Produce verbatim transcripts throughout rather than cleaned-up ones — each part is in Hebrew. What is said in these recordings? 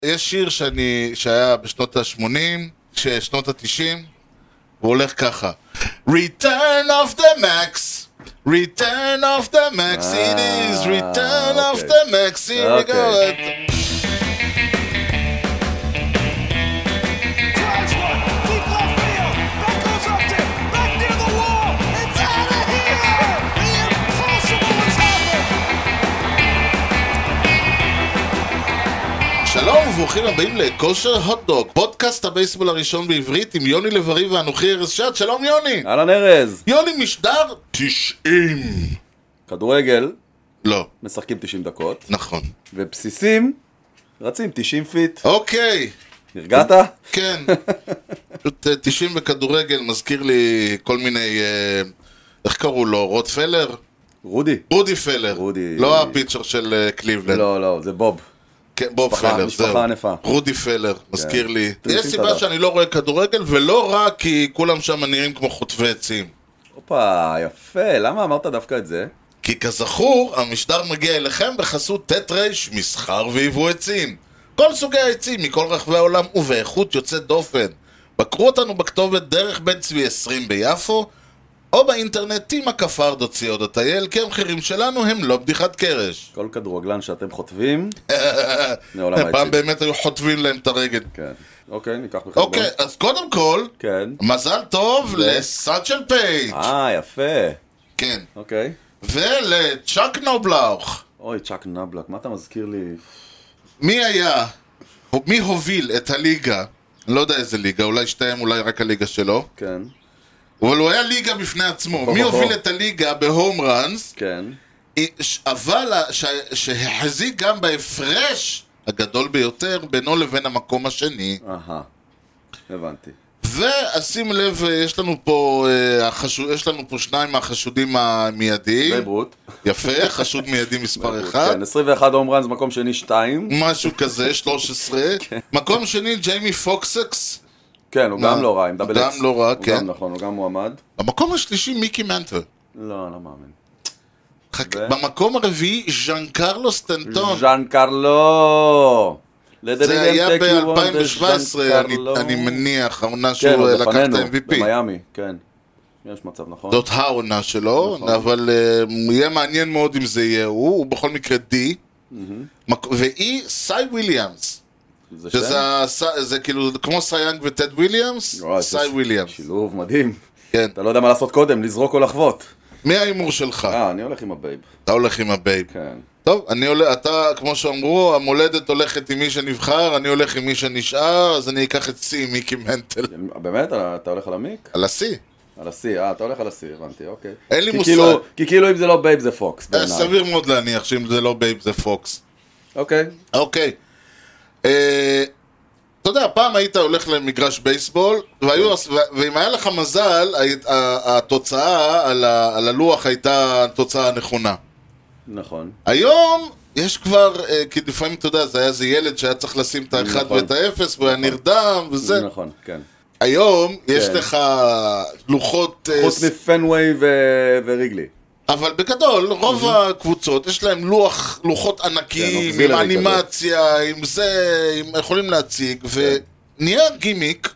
יש שיר שאני, שהיה בשנות ה-שמונים, שנות ה-תשעים, הוא הולך ככה. Return of the Max, Return of the Max, it is Return of the Max, here we go. שלום וברוכים הבאים לכושר הוטדוג, פודקאסט הבייסבול הראשון בעברית עם יוני לב-ארי ואנוכי ארז שץ. שלום יוני. אהלן ארז. יוני, משדר תשעים. כדורגל לא. משחקים תשעים דקות. נכון. ובסיסים רצים תשעים פיט. אוקיי. נרגעת? כן. פשוט תשעים בכדורגל מזכיר לי כל מיני, איך קראו לו? רוט פלר? רודי. רודי פלר. רודי. לא הפיצ'ר של קליבלנד. לא, לא, זה בוב. כן, בוב פלר, זהו. משפחה ענפה. רודי פלר, מזכיר לי. יש סיבה שאני לא רואה כדורגל, ולא רק כי כולם שם נראים כמו חוטבי עצים. הופה, יפה. למה אמרת דווקא את זה? כי כזכור, המשדר מגיע אליכם בחסות ט' ר' מסחר ויבוא עצים. כל סוגי העצים מכל רחבי העולם ובאיכות יוצאת דופן. בקרו אותנו בכתובת דרך בן צבי עשרים ביפו, או באינטרנט טימה כפר דוט סי או דוט איי אל, כי המחירים שלנו הם לא בדיחת קרש. כל כדורגלן שאתם חוטבים, מעולם העצים. פעם באמת היו חוטבים להם את הרגל. כן. אוקיי, ניקח בחשבון. אוקיי, אז קודם כל, כן. מזל טוב לסאצ'ל פייג'. אה, יפה. כן. אוקיי. ולצ'אק נובלאוך. אוי, צ'אק נבלק, מה אתה מזכיר לי? מי היה, מי הוביל את הליגה, אני לא יודע איזה ליגה, אולי שתיים, אולי רק הליגה שלו, כן. אבל הוא היה ליגה בפני עצמו. מי הוביל את הליגה בהום ראנס, כן. אבל שהחזיק גם בהפרש הגדול ביותר בינו לבין המקום השני. אהה, הבנתי. ושים לב, יש לנו פה, יש לנו פה שניים מהחשודים המיידיים. בייברוט. יפה, חשוד מיידי מספר אחד. כן, עשרים ואחת הום ראנס, מקום שני שתיים. משהו כזה, שלוש עשרה. מקום שני, ג'יימי פוקסקס. כן, הוא גם לא רע, עם דאבל אקס. הוא גם לא רע, כן. הוא גם נכון, הוא גם מועמד. במקום השלישי, מיקי מנטל. לא, לא מאמין. במקום הרביעי, ז'אן קרלו סטנטון. ז'אן קרלו! זה היה ב-אלפיים שבע עשרה, אני מניח, העונה שהוא לקח את ה-אם וי פי. במיימי, כן. יש מצב, נכון? זאת העונה שלו, אבל יהיה מעניין מאוד אם זה יהיה הוא, הוא בכל מקרה די. ואי, סי וויליאמס. זה כאילו כמו סי יאנג וטד וויליאמס, סי וויליאמס. שילוב מדהים. אתה לא יודע מה לעשות קודם, לזרוק או לחוות. מי האימור שלך? אה, אני הולך עם הבייב. אתה הולך עם הבייב. כן. טוב, אני הולך, אתה, כמו שאמרו, המולדת הולכת עם מי שנבחר, אני הולך עם מי שנשאר, אז אני אקח את סי, מיקי מנטל. באמת? אתה הולך על המיק? על הסי. על הסי, אה, אתה הולך על הסי, הבנתי, אוקיי. אין לי מושג. כי כאילו אם זה לא בייב זה פוקס, בעיניי. סביר מאוד להניח שאם זה לא בייב זה פוקס. אוקיי. אוקיי. אתה יודע, פעם היית הולך למגרש בייסבול, ואם היה לך מזל, התוצאה על הלוח הייתה התוצאה הנכונה. נכון. היום יש כבר, כי לפעמים אתה יודע, זה היה איזה ילד שהיה צריך לשים את האחד ואת האפס, והוא היה נרדם וזה. נכון, כן. היום יש לך לוחות... חוץ מפנווי וריגלי. אבל בגדול, רוב הקבוצות יש להם לוח, לוחות ענקיים, עם אנימציה, עם זה, הם יכולים להציג, ונהיה גימיק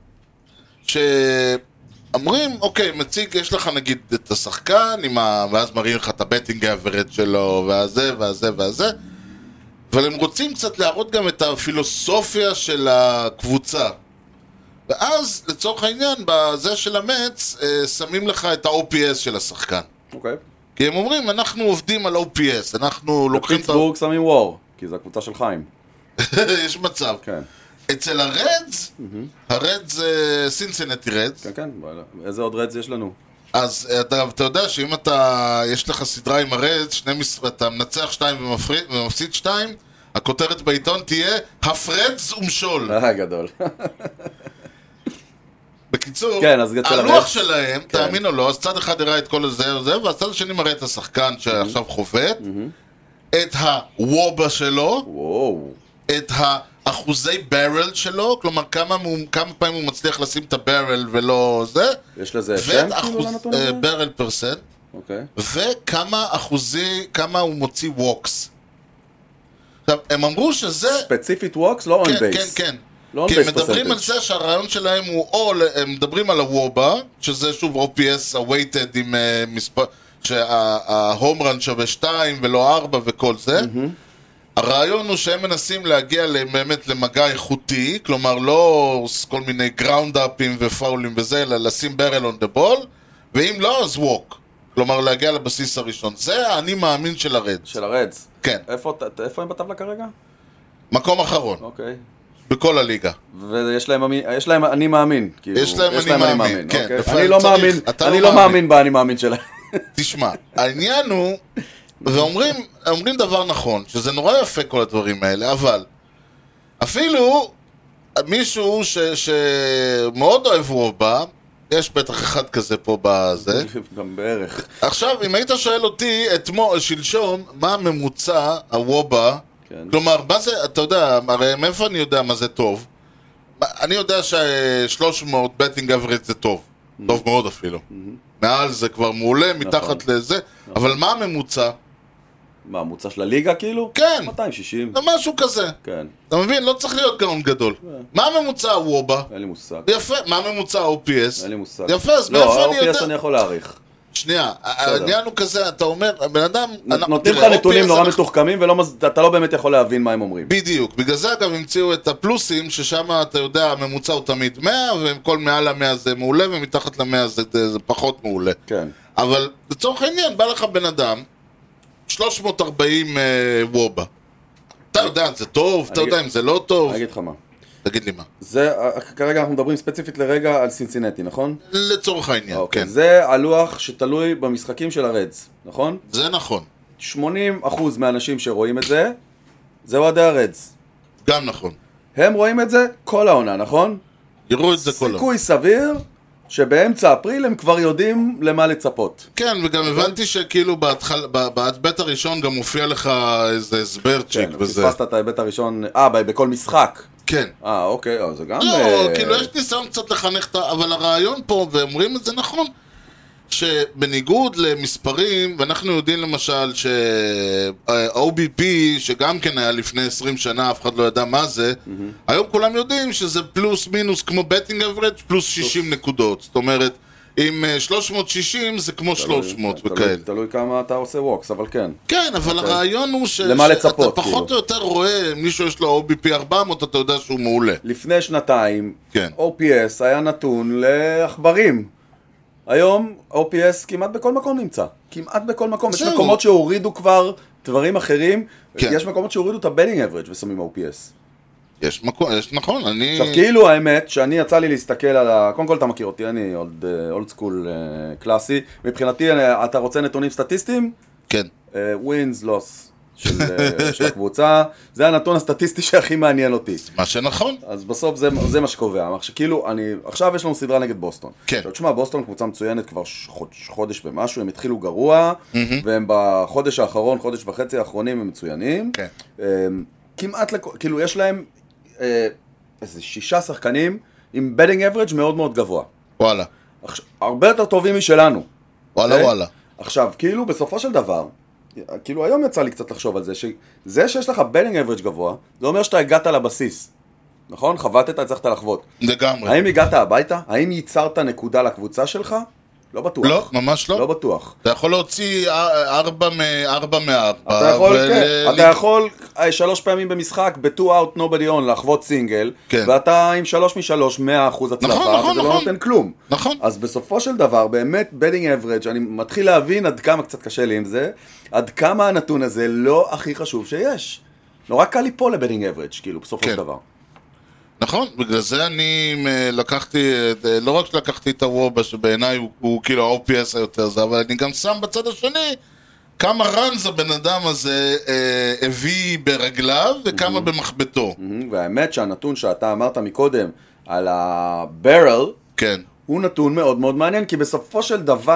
שאומרים, אוקיי, מציג, יש לך נגיד את השחקן, ואז מראים לך את הבטינג האברד שלו, והזה, והזה, והזה, אבל הם רוצים קצת להראות גם את הפילוסופיה של הקבוצה. ואז, לצורך העניין, בזה של המץ, שמים לך את ה-או פי אס של השחקן. אוקיי. כי הם אומרים, אנחנו עובדים על או פי אס, אנחנו לוקחים את... בפיטסבורג שמים וור, כי זו הקבוצה של חיים. יש מצב. כן. אצל הרדס, הרדס סינסינטי רדס. כן, כן, איזה עוד רדס יש לנו? אז אתה, אתה יודע שאם אתה, יש לך סדרה עם הרדס, אתה מנצח שתיים ומפסיד שתיים, הכותרת בעיתון תהיה, הפרדס ומשול. אה, גדול. בקיצור, כן, הלוח שלהם, כן. תאמין או לא, אז צד אחד הראה את כל הזה וזה, והצד השני מראה את השחקן שעכשיו mm-hmm. חובט, mm-hmm. את הוובה שלו, wow. את האחוזי ברל שלו, כלומר כמה, כמה פעמים הוא מצליח לשים את הברל ולא זה, יש לזה שם? אחוז, uh, ברל פרסנט, okay. וכמה אחוזי, כמה הוא מוציא ווקס. עכשיו, הם אמרו שזה... ספציפית ווקס, לא און כן, בייס. כן, כן. לא כי on base הם מדברים percentage. על זה שהרעיון שלהם הוא, או הם מדברים על הוובה, שזה שוב או פי אס ה-weighted עם uh, מספר, שההום רן שווה שתיים ולא ארבע וכל זה. הרעיון הוא שהם מנסים להגיע באמת למגע איכותי, כלומר לא כל מיני גראונד-אפים ופאולים וזה, אלא לשים ברל און דה בול, ואם לא אז ווק. כלומר להגיע לבסיס הראשון. זה האני מאמין של הרדס. של הרדס. כן. איפה, איפה הם בטבלה כרגע? מקום אחרון. אוקיי. בכל הליגה. ויש להם, יש להם אני מאמין. כאילו, יש להם אני מאמין, מאמין. כן. אוקיי. אני לא צריך, מאמין, אני לא לא מאמין באני מאמין שלהם. תשמע, העניין הוא, ואומרים אומרים דבר נכון, שזה נורא יפה כל הדברים האלה, אבל אפילו מישהו ש, שמאוד אוהב וובה, יש בטח אחד כזה פה בזה. גם בערך. עכשיו, אם היית שואל אותי אתמול, שלשום, מה הממוצע הוובה, כן. כלומר, מה זה, אתה יודע, הרי מאיפה אני יודע מה זה טוב? אני יודע ש-שלוש מאות בטינג אברד זה טוב, טוב מאוד אפילו. מעל זה כבר מעולה, מתחת לזה, אבל מה הממוצע? מה, הממוצע של הליגה כאילו? כן. מאתיים שישים. זה משהו כזה. כן. אתה מבין? לא צריך להיות גאון גדול. מה הממוצע הוובה? אין לי מושג. יפה. מה הממוצע ה-או פי אס? אין לי מושג. יפה, אז מאיפה אני יודע? לא, ה-או פי אס אני יכול להעריך. שנייה, העניין הוא כזה, אתה אומר, הבן אדם... נותנים לך נתונים נורא מתוחכמים ואתה לא באמת יכול להבין מה הם אומרים. בדיוק, בגלל זה אגב המציאו את הפלוסים, ששם אתה יודע, הממוצע הוא תמיד מאה, וכל מעל ה-מאה זה מעולה, ומתחת ל-מאה זה פחות מעולה. כן. אבל לצורך העניין, בא לך בן אדם, שלוש מאות וארבעים וובה. אתה יודע אם זה טוב, אתה יודע אם זה לא טוב. אני אגיד לך מה. תגיד לי מה. זה, כרגע אנחנו מדברים ספציפית לרגע על סינסינטי, נכון? לצורך העניין, כן. זה הלוח שתלוי במשחקים של הרדס, נכון? זה נכון. שמונים אחוז מהאנשים שרואים את זה, זה אוהדי הרדס. גם נכון. הם רואים את זה כל העונה, נכון? יראו את זה כל העונה. סיכוי סביר שבאמצע אפריל הם כבר יודעים למה לצפות. כן, וגם הבנתי שכאילו בהיבט הראשון גם מופיע לך איזה הסבר צ'יק וזה. פספסת את ההיבט הראשון, אה, בכל משחק. כן. אה, אוקיי, אז זה גם... לא, כאילו יש ניסיון קצת לחנך את ה... אבל הרעיון פה, ואומרים את זה נכון, שבניגוד למספרים, ואנחנו יודעים למשל ש-או בי פי, שגם כן היה לפני עשרים שנה, אף אחד לא ידע מה זה, היום כולם יודעים שזה פלוס מינוס כמו בטינג אברד, פלוס שישים נקודות. זאת אומרת, עם שלוש מאות ושישים זה כמו שלוש מאות וכאלה. תלוי כמה אתה עושה ווקס, אבל כן. כן, אבל הרעיון הוא שאתה פחות או יותר רואה, מישהו יש לו או בי פי ארבע מאות, אתה יודע שהוא מעולה. לפני שנתיים, או פי אס היה נתון לעכברים. היום או פי אס כמעט בכל מקום נמצא. כמעט בכל מקום. יש מקומות שהורידו כבר דברים אחרים. יש מקומות שהורידו את הבטינג אברד ושמים או פי אס. יש מקום, יש נכון, אני... עכשיו כאילו האמת שאני יצא לי להסתכל על ה... קודם כל אתה מכיר אותי, אני אולד סקול קלאסי. מבחינתי אתה רוצה נתונים סטטיסטיים? כן. ווינס, לוס של הקבוצה. זה הנתון הסטטיסטי שהכי מעניין אותי. מה שנכון. אז בסוף זה, זה מה שקובע. כאילו, אני... עכשיו יש לנו סדרה נגד בוסטון. כן. עכשיו, תשמע, בוסטון קבוצה מצוינת כבר חודש ומשהו, הם התחילו גרוע, והם בחודש האחרון, חודש וחצי האחרונים הם מצוינים. כן. כמעט, כאילו, יש להם איזה שישה שחקנים עם בטינג אברד מאוד מאוד גבוה. וואלה. הרבה יותר טובים משלנו. וואלה וואלה. עכשיו, כאילו, בסופו של דבר, כאילו היום יצא לי קצת לחשוב על זה, שזה שיש לך בטינג אברד גבוה, זה אומר שאתה הגעת לבסיס. נכון? חבטת, הצלחת לחוות. לגמרי. האם הגעת הביתה? האם ייצרת נקודה לקבוצה שלך? לא בטוח. לא, ממש לא. לא בטוח. אתה יכול להוציא ארבע מארבע מארבע. אתה יכול, כן. אתה יכול שלוש פעמים במשחק, ב-two out nobody on, לחוות סינגל, ואתה עם שלוש משלוש, מאה אחוז הצלחה, וזה לא נותן כלום. נכון. אז בסופו של דבר, באמת, בטינג אברד, אני מתחיל להבין עד כמה קצת קשה לי עם זה, עד כמה הנתון הזה לא הכי חשוב שיש. נורא קל ליפול לבטינג אברד, כאילו, בסופו של דבר. נכון, בגלל זה אני לקחתי, לא רק שלקחתי את הוובה שבעיניי הוא, הוא כאילו ה-או פי אס היותר זה, אבל אני גם שם בצד השני כמה רנז הבן אדם הזה אה, הביא ברגליו וכמה mm-hmm. במחבטו. Mm-hmm. והאמת שהנתון שאתה אמרת מקודם על הברל, כן. הוא נתון מאוד מאוד מעניין, כי בסופו של דבר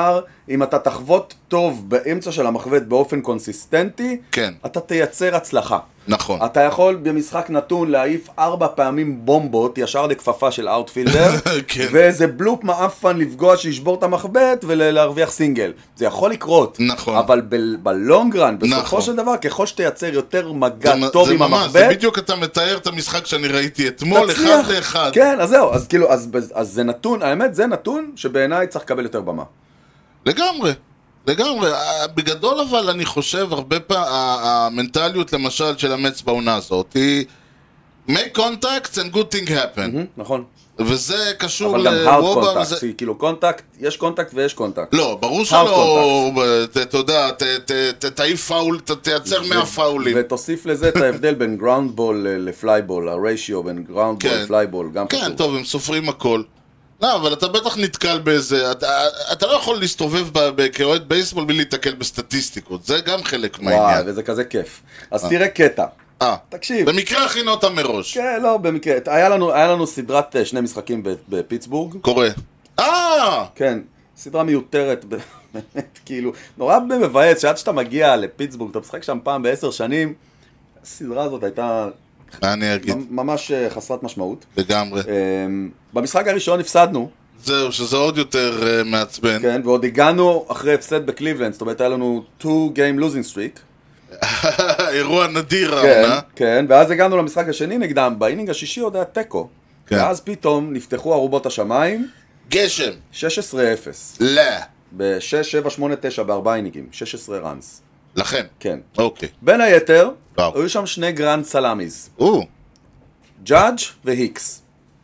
אם אתה תחוות טוב באמצע של המחבט באופן קונסיסטנטי, כן. אתה תייצר הצלחה. נכון. אתה יכול במשחק נתון להעיף ארבע פעמים בומבות ישר לכפפה של אאוטפילדר, כן. ואיזה בלופ מאפן לפגוע שישבור את המחבט ולהרוויח סינגל. זה יכול לקרות. נכון. אבל ב- בלונגרן, בסופו נכון. של דבר, ככל שתייצר יותר מגע זה, טוב זה עם ממש, המחבט, זה בדיוק אתה מתאר את המשחק שאני ראיתי אתמול, אחד לאחד. כן, אז זהו, אז כאילו, אז, אז זה נתון, האמת זה נתון שבעיניי צריך לקבל יותר במה. לגמרי. לגמרי, בגדול אבל אני חושב הרבה פעמים, המנטליות למשל של המץ בעונה הזאת היא make contacts and good thing happen. נכון. וזה קשור אבל גם hard לוובה, contact, זה... כאילו קונטקט, יש קונטקט ויש קונטקט. לא, ברור שלא, אתה יודע, תעיף פאול, תייצר מאה פאולים. ותוסיף לזה את ההבדל בין גראונד בול לפליי בול, הריישיו בין גראונד בול לפליי בול, גם חשוב. כן, טוב, הם סופרים הכל. לא, אבל אתה בטח נתקל באיזה, אתה, אתה לא יכול להסתובב כאוהד בייסבול בלי להתקל בסטטיסטיקות, זה גם חלק מהעניין. וואי, וזה כזה כיף. אז תראה קטע. אה, תקשיב. במקרה הכינו אותם מראש. כן, לא, במקרה. היה לנו, היה לנו סדרת שני משחקים בפיטסבורג. קורה. אה! כן, סדרה מיותרת, באמת, כאילו, נורא מבאס שעד שאתה מגיע לפיטסבורג, אתה משחק שם פעם בעשר שנים, הסדרה הזאת הייתה... אני אגיד. ממש חסרת משמעות. לגמרי. במשחק הראשון הפסדנו. זהו, שזה עוד יותר uh, מעצבן. כן, ועוד הגענו אחרי הפסד בקליבלנד, זאת אומרת, היה לנו two game losing streak. אירוע נדיר, כן, העונה. כן, ואז הגענו למשחק השני נגדם, באינינג השישי עוד היה טקו. כן. ואז פתאום נפתחו ארובות השמיים. גשם. שש עשרה אפס. לא. ב-שש, שבע, שמונה, תשע, בארבעה אינינגים. שש עשרה ראנס. לכם? כן. אוקיי. בין היתר, וואו. היו שם שני גרנד סלאמיז. או. ג'אדג' והיקס.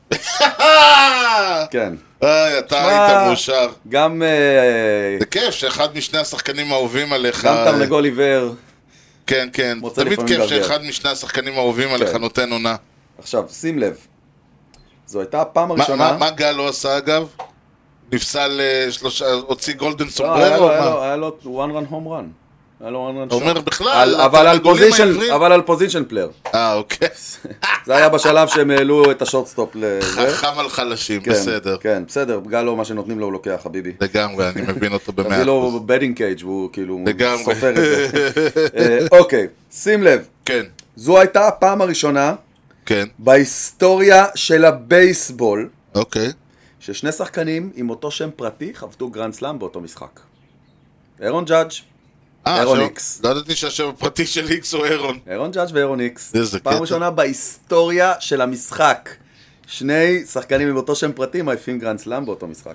כן. איי, אתה היית מאושר. גם... זה כיף שאחד משני השחקנים האהובים עליך... גם תרנגול עיוור. כן, כן. תמיד כיף שאחד משני השחקנים האהובים עליך נותן עונה. עכשיו, שים לב. זו הייתה הפעם הראשונה... מה גל לא עשה אגב? נפסל שלושה... הוציא גולדן סומבררו? היה לו one run home run. אומר בכלל, אבל על פוזישן פלייר. אה, אוקיי. זה היה בשלב שהם העלו את השורטסטופ לזה. חכם על חלשים, בסדר. כן, בסדר, גלו מה שנותנים לו הוא לוקח, חביבי. לגמרי, אני מבין אותו במאה אחוז. תביא לו בדינג קייג' והוא כאילו סופר את זה. אוקיי, שים לב. כן. זו הייתה הפעם הראשונה בהיסטוריה של הבייסבול. אוקיי. ששני שחקנים עם אותו שם פרטי חבטו גרנד סלאם באותו משחק. אירון ג'אדג' אירון איקס. לא ידעתי שהשם הפרטי של איקס הוא אירון. אירון ג'אדג' ואירון איקס. פעם ראשונה בהיסטוריה של המשחק. שני שחקנים עם אותו שם פרטי מעיפים גרנד סלאם באותו משחק.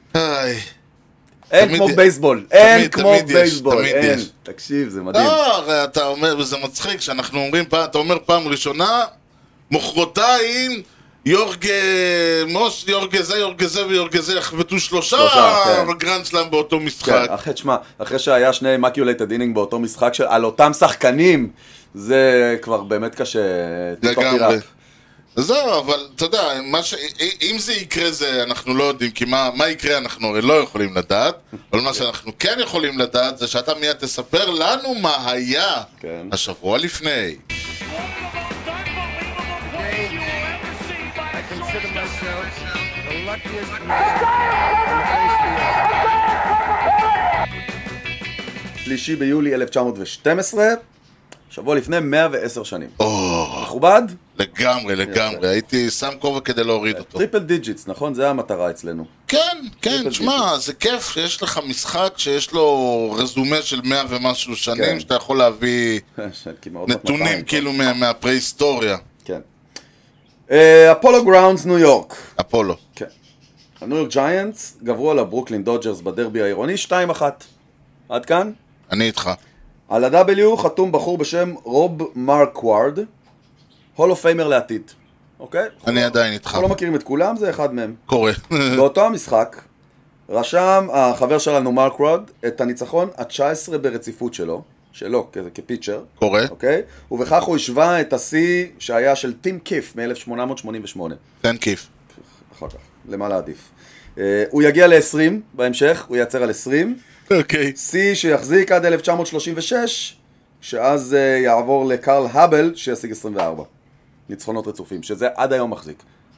אין כמו בייסבול. אין כמו בייסבול. אין. תקשיב, זה מדהים. לא, אתה אומר, וזה מצחיק, שאנחנו אומרים, אתה אומר פעם ראשונה, מוחרתיים, יורגה, מוש, יורגה זה, יורגה זה ויורגה זה, יחבטו שלושה גרנד סלאם באותו משחק. כן, אחרי, תשמע, אחרי שהיה שני מקיולייטד אינינג באותו משחק, על אותם שחקנים, זה כבר באמת קשה. לגמרי. זהו, אבל אתה יודע, אם זה יקרה זה, אנחנו לא יודעים, כי מה, מה יקרה אנחנו הרי לא יכולים לדעת, אבל מה שאנחנו כן יכולים לדעת, זה שאתה מיד תספר לנו מה היה השבוע לפני. שלישי ביולי אלף תשע מאות ושתים עשרה, שבוע לפני מאה ועשר שנים. מכובד? לגמרי, לגמרי. הייתי שם כובע כדי להוריד אותו. טריפל דיג'יטס, נכון? זה המטרה אצלנו. כן, כן, תשמע, זה כיף שיש לך משחק שיש לו רזומה של מאה ומשהו שנים, שאתה יכול להביא נתונים כאילו מהפרה-היסטוריה. כן. אפולו גראונדס, ניו יורק. אפולו. כן. הניו יורק ג'יינטס גברו על הברוקלין דודג'רס בדרבי העירוני שתיים אחת. עד כאן? אני איתך. על ה-W חתום בחור בשם רוב מרקווארד, הול אוף פיימר לעתיד. אוקיי? אני עדיין איתך. אנחנו לא מכירים את כולם, זה אחד מהם. קורה. באותו המשחק, רשם החבר שלנו מרקווארד את הניצחון ה-תשע עשרה ברציפות שלו, שלו כפיצ'ר. קורה. אוקיי? ובכך הוא השווה את השיא שהיה של טים קיף מ-אלף שמונה מאות שמונים ושמונה. טן קיף. אחר כך, למה לעדיף. הוא יגיע ל-עשרים בהמשך, הוא ייצר על עשרים. אוקיי. שיא שיחזיק עד אלף תשע מאות שלושים ושש, שאז יעבור לקרל האבל שישיג עשרים וארבע ניצחונות רצופים, שזה עד היום מחזיק.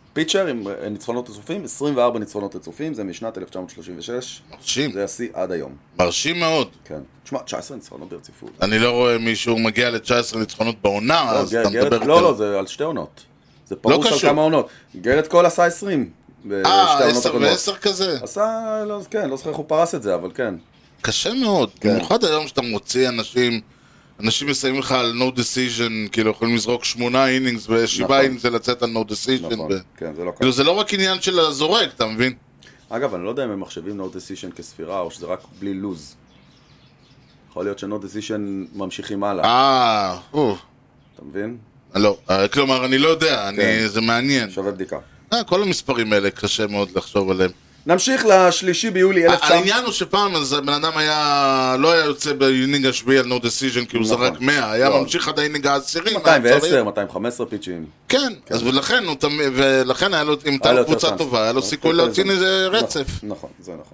פיצ'ר עם ניצחונות רצופים, עשרים וארבע ניצחונות רצופים, זה משנת אלף תשע מאות שלושים ושש. מרשים. זה השיא עד היום. מרשים מאוד. כן. תשמע, תשע עשרה ניצחונות ברציפות. אני לא רואה מישהו מגיע ל-תשע עשרה ניצחונות בעונה, אז אתה מדבר... לא, לא, זה על שתי עונות. זה פרוס על כמה עונות. גרד קול עשה עשרים. אה, עשר ועשר כזה. עשה, כן, לא זוכר איך הוא פרס את זה, אבל כן. קשה מאוד. במיוחד היום שאתה מוציא אנשים... אנשים מסיימים לך על no decision, כאילו יכולים לזרוק שמונה אינינגס ושבעה אינינגס זה לצאת על no decision. נכון, כן, זה לא כאילו זה לא רק עניין של הזורק, אתה מבין? אגב, אני לא יודע אם הם מחשבים no decision כספירה, או שזה רק בלי לוז. יכול להיות ש-no decision ממשיכים הלאה. אה, או. אתה מבין? לא, כלומר, אני לא יודע, זה מעניין. שווה בדיקה. כל המספרים האלה קשה מאוד לחשוב עליהם. נמשיך לשלישי ביולי אלף תשע מאות... העניין הוא שפעם בן אדם היה... לא היה יוצא באינינג השביעי על no decision כי הוא זרק מאה, היה ממשיך עד האינינג העשירי. מאתיים ועשר, מאתיים וחמש עשרה פיצ'ים. כן, אז ולכן היה לו, אם הייתה קבוצה טובה, היה לו סיכוי להוציא איזה רצף. נכון, זה נכון.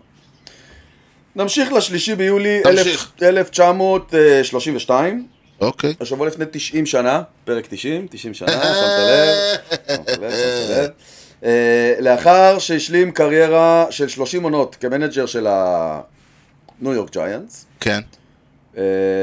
נמשיך לשלישי ביולי אלף תשע מאות שלושים ושתיים. אוקיי. השבוע לפני תשעים שנה, פרק תשעים, תשעים שנה, שמת לב, שמת לב, שמת לב. Uh, לאחר שהשלים קריירה של שלושים עונות כמנג'ר של הניו יורק ג'יינטס. כן. Uh,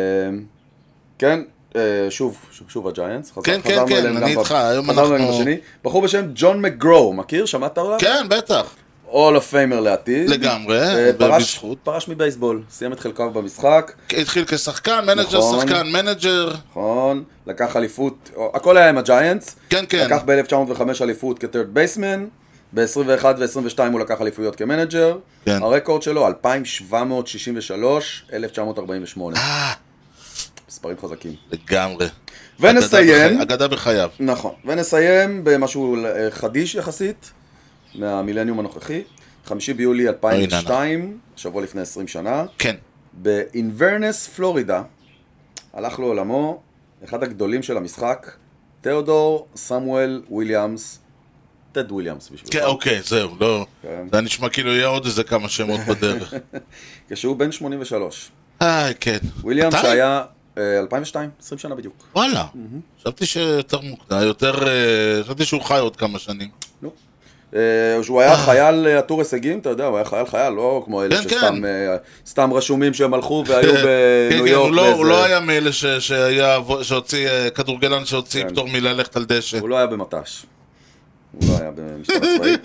כן, uh, שוב, שוב, שוב הג'יינטס. כן, כן, כן, אני איתך, היום אנחנו... בחור בשם ג'ון מקגרו, מכיר? שמעת עליו? כן, בטח. All of Famer לעתיד. לגמרי, ובזכות. פרש מבייסבול, סיים את חלקו במשחק. התחיל כשחקן, מנג'ר, שחקן, מנג'ר. נכון, לקח אליפות, הכל היה עם הג'יינטס. כן, כן. לקח ב-אלף תשע מאות וחמש אליפות כטרד בייסמן, ב-עשרים ואחת ו-עשרים ושתיים הוא לקח אליפויות כמנג'ר. כן. הרקורד שלו, אלפיים שבע מאות שישים ושלוש, אלף תשע מאות ארבעים ושמונה. אה. מספרים חזקים. לגמרי. ונסיים. אגדה בחייו. נכון. ונסיים במשהו חדיש יחסית, מהמילניום הנוכחי. חמישי ביולי אלפיים ושתיים, שבוע לפני עשרים שנה. כן. באינברנס, פלורידה, הלך לעולמו אחד הגדולים של המשחק, תיאודור סמואל וויליאמס, טד וויליאמס בשביל. כן, אוקיי, זהו, לא. זה נשמע כאילו יהיה עוד איזה כמה שמות בדרך. כשהוא בן שמונים ושלוש. אה, כן. וויליאמס שהיה אלפיים ושתיים, עשרים שנה בדיוק. וואלה. חשבתי שיותר מוקדם, יותר, חשבתי שהוא חי עוד כמה שנים. לא. שהוא היה חייל עטור הישגים, אתה יודע, הוא היה חייל חייל, לא כמו אלה שסתם רשומים שהם הלכו והיו בניו יורק. הוא לא היה מאלה שהוציא, כדורגלן שהוציא פטור מללכת על דשא. הוא לא היה במטש. הוא לא היה במשטר הצבאי.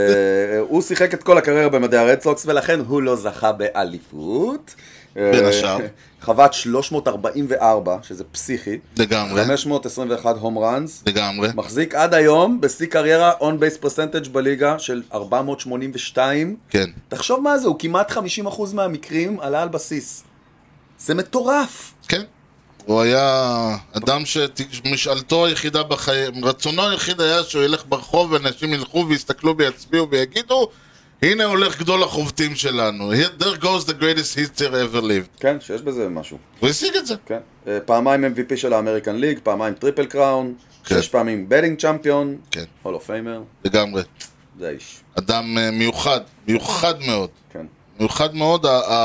הוא שיחק את כל הקריירה במדעי הרד סוקס, ולכן הוא לא זכה באליפות. בין השאר. חוות שלוש מאות ארבעים וארבע, שזה פסיכי. לגמרי. חמש מאות עשרים ואחת הום ראנס. לגמרי. מחזיק עד היום בשיא קריירה און בייס פרסנטג' בליגה של ארבע מאות שמונים ושתיים. כן. תחשוב מה זה, הוא כמעט חמישים אחוז מהמקרים עלה על בסיס. זה מטורף. כן. הוא היה אדם שמשאלתו היחידה בחיים, רצונו היחיד היה שהוא ילך ברחוב ואנשים ילכו ויסתכלו ויצביעו ויגידו, הנה הולך גדול החובטים שלנו. There goes the greatest hitter ever lived. כן, שיש בזה משהו. הוא השיג את זה. כן. פעמיים אם וי פי של האמריקן ליג, פעמיים טריפל קראון, שש פעמים בטינג צ'מפיון, כן. הול אוף פיימר. לגמרי. זה האיש. אדם מיוחד, מיוחד מאוד. כן. מיוחד מאוד.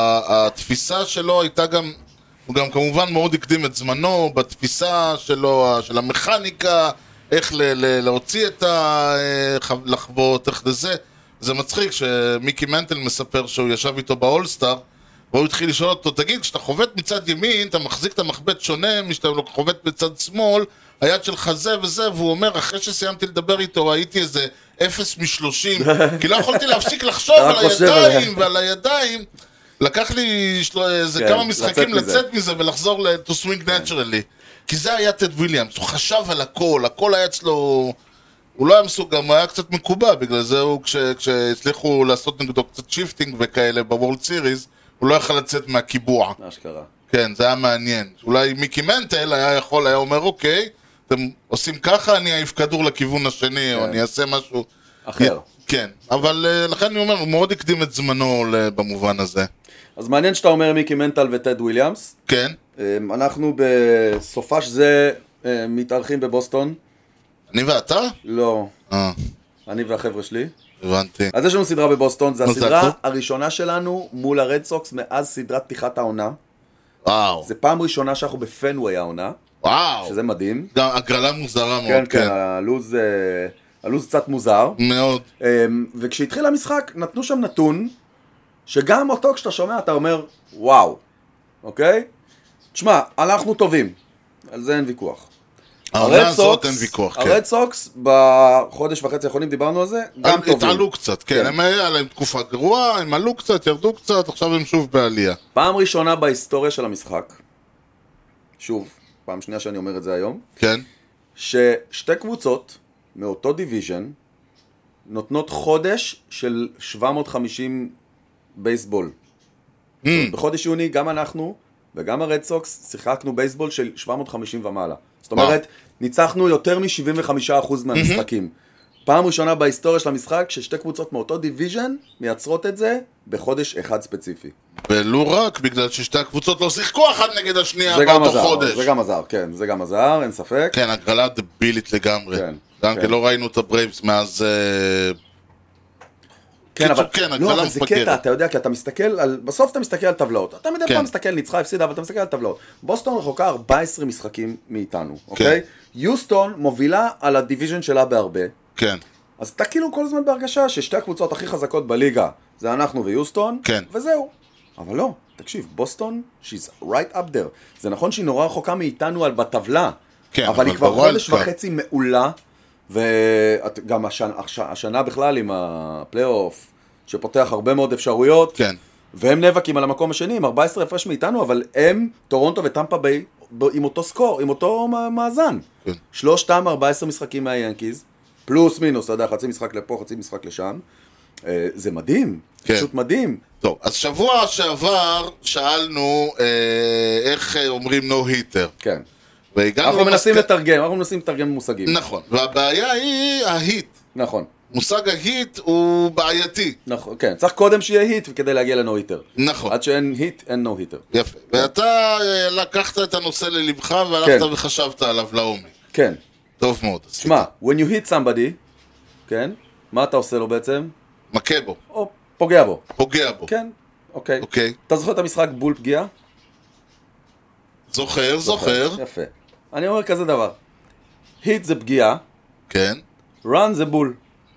התפיסה שלו הייתה גם, הוא גם כמובן מאוד הקדים את זמנו, בתפיסה שלו, של המכניקה, איך להוציא את הלחוות, איך לזה. זה מצחיק שמיקי מנטל מספר שהוא ישב איתו באולסטאר והוא התחיל לשאול אותו, תגיד, כשאתה חובט מצד ימין, אתה מחזיק את המחבט שונה משאתה חובט מצד שמאל, היד שלך זה וזה, והוא אומר, אחרי שסיימתי לדבר איתו, ראיתי איזה אפס משלושים, כי לא יכולתי להפסיק לחשוב על הידיים ועל הידיים, לקח לי איזה כמה משחקים לצאת מזה ולחזור to swing naturally, כי זה היה טד וויליאמס, הוא חשב על הכל, הכל היה אצלו... הוא לא היה מסוג, גם היה קצת מקובע, בגלל זה הוא, כש, כשהצליחו לעשות נגדו קצת שיפטינג וכאלה בוורלד סיריז, הוא לא יכול לצאת מהקיבוע. אשכרה. כן, זה היה מעניין. אולי מיקי מנטל היה יכול, היה אומר, אוקיי, אתם עושים ככה, אני אעיף כדור לכיוון השני, כן. או אני אעשה משהו... אחר. כן, אבל לכן אני אומר, הוא מאוד הקדים את זמנו במובן הזה. אז מעניין שאתה אומר מיקי מנטל וטד וויליאמס. כן. אנחנו בסופש זה מתארחים בבוסטון. אני ואתה? לא. אה. אני והחבר'ה שלי. הבנתי. אז יש לנו סדרה בבוסטון, זה הסדרה הראשונה שלנו מול הרד סוקס מאז סדרת פתיחת העונה. וואו. זה פעם ראשונה שאנחנו בפנוויי העונה. וואו. שזה מדהים. גם הגרלה מוזרה מאוד, כן. כן, כן, הלוז, הלוז קצת מוזר. מאוד. וכשהתחיל המשחק, נתנו שם נתון, שגם אותו כשאתה שומע, אתה אומר, וואו, אוקיי? תשמע, אנחנו טובים, על זה אין ויכוח. העונה הזאת אין ויכוח, כן. הרד סוקס, בחודש וחצי האחרונים דיברנו על זה, גם טובים. התעלו קצת, כן. הם היה להם תקופה גרועה, הם עלו קצת, ירדו קצת, עכשיו הם שוב בעלייה. פעם ראשונה בהיסטוריה של המשחק, שוב, פעם שנייה שאני אומר את זה היום, כן. ששתי קבוצות מאותו דיוויז'ן נותנות חודש של שבע מאות וחמישים בייסבול. Mm. בחודש יוני גם אנחנו וגם הרד סוקס שיחקנו בייסבול של שבע מאות וחמישים ומעלה. זאת אומרת, wow. ניצחנו יותר מ-שבעים וחמישה אחוז מהמשחקים. Mm-hmm. פעם ראשונה בהיסטוריה של המשחק ששתי קבוצות מאותו דיוויז'ן מייצרות את זה בחודש אחד ספציפי. ולא רק בגלל ששתי הקבוצות לא שיחקו אחת נגד השנייה באותו חודש. זה גם עזר, כן, זה גם עזר, אין ספק. כן, הגרלה דבילית לגמרי. כן, גם כן. כי לא ראינו את הברייבס מאז... כן, אבל, כן, לא, אבל זה קטע, אתה יודע, כי אתה מסתכל על, בסוף אתה מסתכל על טבלאות, אתה מדי פעם מסתכל, ניצחה, הפסידה, אבל אתה מסתכל על טבלאות. בוסטון רחוקה ארבעה עשרה משחקים מאיתנו, אוקיי? יוסטון מובילה על הדיוויז'ן שלה בהרבה. כן. אז אתה כאילו כל הזמן בהרגשה ששתי הקבוצות הכי חזקות בליגה, זה אנחנו ויוסטון, כן. וזהו. אבל לא, תקשיב, בוסטון, she's right up there. זה נכון שהיא נורא רחוקה מאיתנו על בטבלה, כן, אבל, אבל היא כבר חודש וחצי מעולה, וגם השנה, השנה בכלל עם הפלייאוף, שפותח הרבה מאוד אפשרויות, כן. והם נאבקים על המקום השני, עם ארבע עשרה הפרש מאיתנו, אבל הם, טורונטו וטמפה ביי, עם אותו סקור, עם אותו מאזן. כן. שלושתם ארבע עשרה משחקים מהיאנקיז, פלוס מינוס, אתה יודע, חצי משחק לפה, חצי משחק לשם. זה מדהים, כן. פשוט מדהים. טוב, אז שבוע שעבר שאלנו אה, איך אומרים נו היטר. כן. אנחנו מנסים מסק... לתרגם, אנחנו מנסים לתרגם מושגים. נכון, והבעיה היא ההיט. נכון. מושג ההיט הוא בעייתי. נכון, כן, צריך קודם שיהיה היט כדי להגיע לנו היטר. נכון. עד שאין היט, אין נו היטר. יפה. כן. ואתה לקחת את הנושא ללבך והלכת כן. וחשבת עליו לעומק. כן. טוב מאוד. שמע, when you hit somebody, כן, מה אתה עושה לו בעצם? מכה בו. או פוגע בו. פוגע בו. כן, אוקיי. אוקיי. אתה זוכר את המשחק בול פגיעה? זוכר, זוכר. יפה. אני אומר כזה דבר. היט זה פגיעה. כן. run זה בול.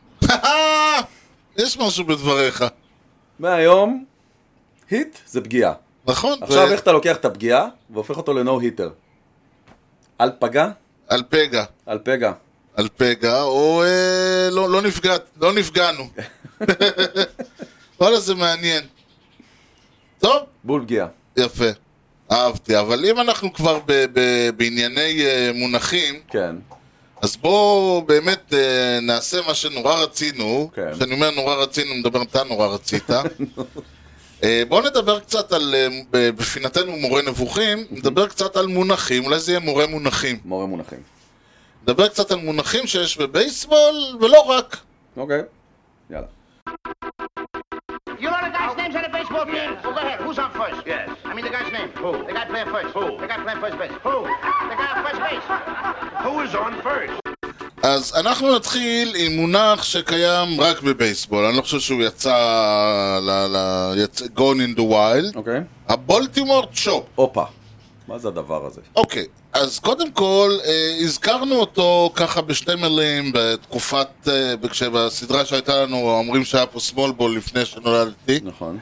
יש משהו בדבריך. מהיום, היט זה פגיעה. נכון. עכשיו איך אתה לוקח את הפגיעה והופך אותו לנו היטר? על פגע? על פגע. על פגע. על פגע, או אה, לא, לא, נפגע, לא נפגענו. וואלה, זה מעניין. טוב. בול פגיעה. יפה. אהבתי, אבל אם אנחנו כבר ב- ב- בענייני uh, מונחים, כן. אז בואו באמת uh, נעשה מה שנורא רצינו, כן. כשאני אומר נורא רצינו, מדבר אתה נורא רצית. uh, בואו נדבר קצת על, uh, בפינתנו מורה נבוכים, נדבר קצת על מונחים, אולי זה יהיה מורה מונחים. מורה מונחים. נדבר קצת על מונחים שיש בבייסבול, ולא רק. אוקיי, יאללה. You know the guy's names on the baseball team? Well, go ahead. Who's on first? Yes. I mean the guy's name. Who? The guy playing first. Who? The guy playing first base. Who? The guy on first base. Who is on first? אז אנחנו נתחיל עם מונח שקיים רק בבייסבול, אני לא חושב שהוא יצא ל... ל... יצא Gone in the Wild. אוקיי. הבולטימור צ'ופ. אופה. מה זה הדבר הזה? אוקיי, אז קודם כל, אה, הזכרנו אותו ככה בשתי מילים בתקופת, אה, כשבסדרה שהייתה לנו, אומרים שהיה פה small ball לפני שנולדתי. נכון.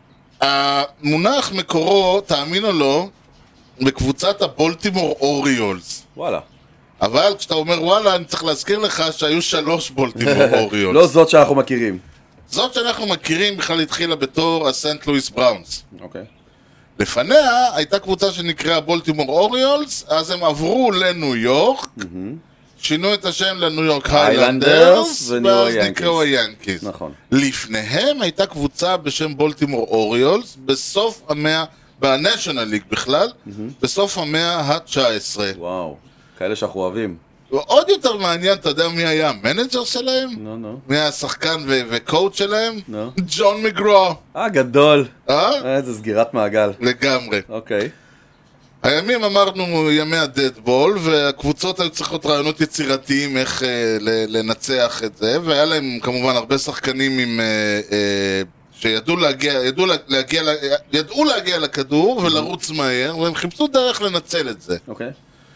המונח מקורו, תאמין או לא, בקבוצת הבולטימור אוריולס. וואלה. אבל כשאתה אומר וואלה, אני צריך להזכיר לך שהיו שלוש בולטימור אוריולס. לא זאת שאנחנו מכירים. זאת שאנחנו מכירים בכלל התחילה בתור הסנט לואיס בראונס. אוקיי. לפניה הייתה קבוצה שנקראה בולטימור אוריולס, אז הם עברו לניו יורק, שינו את השם לניו יורק היילנדרס, ואז נקראו היאנקיז. נכון. לפניהם הייתה קבוצה בשם בולטימור אוריולס, בסוף המאה, בנשיונל ליג בכלל, בסוף המאה ה-תשע עשרה. וואו, כאלה שאנחנו אוהבים. עוד יותר מעניין, אתה יודע מי היה המנג'ר שלהם? נו, נו. מי היה השחקן וקואוץ' שלהם? נו. ג'ון מגרו. אה, גדול. אה? איזה סגירת מעגל. לגמרי. אוקיי. הימים אמרנו ימי הדדבול, והקבוצות היו צריכות רעיונות יצירתיים איך אה, לנצח את זה, והיה להם כמובן הרבה שחקנים עם... אה, אה, שידעו להגיע, ידעו להגיע, ידעו להגיע לכדור ולרוץ מהר, והם חיפשו דרך לנצל את זה. אוקיי.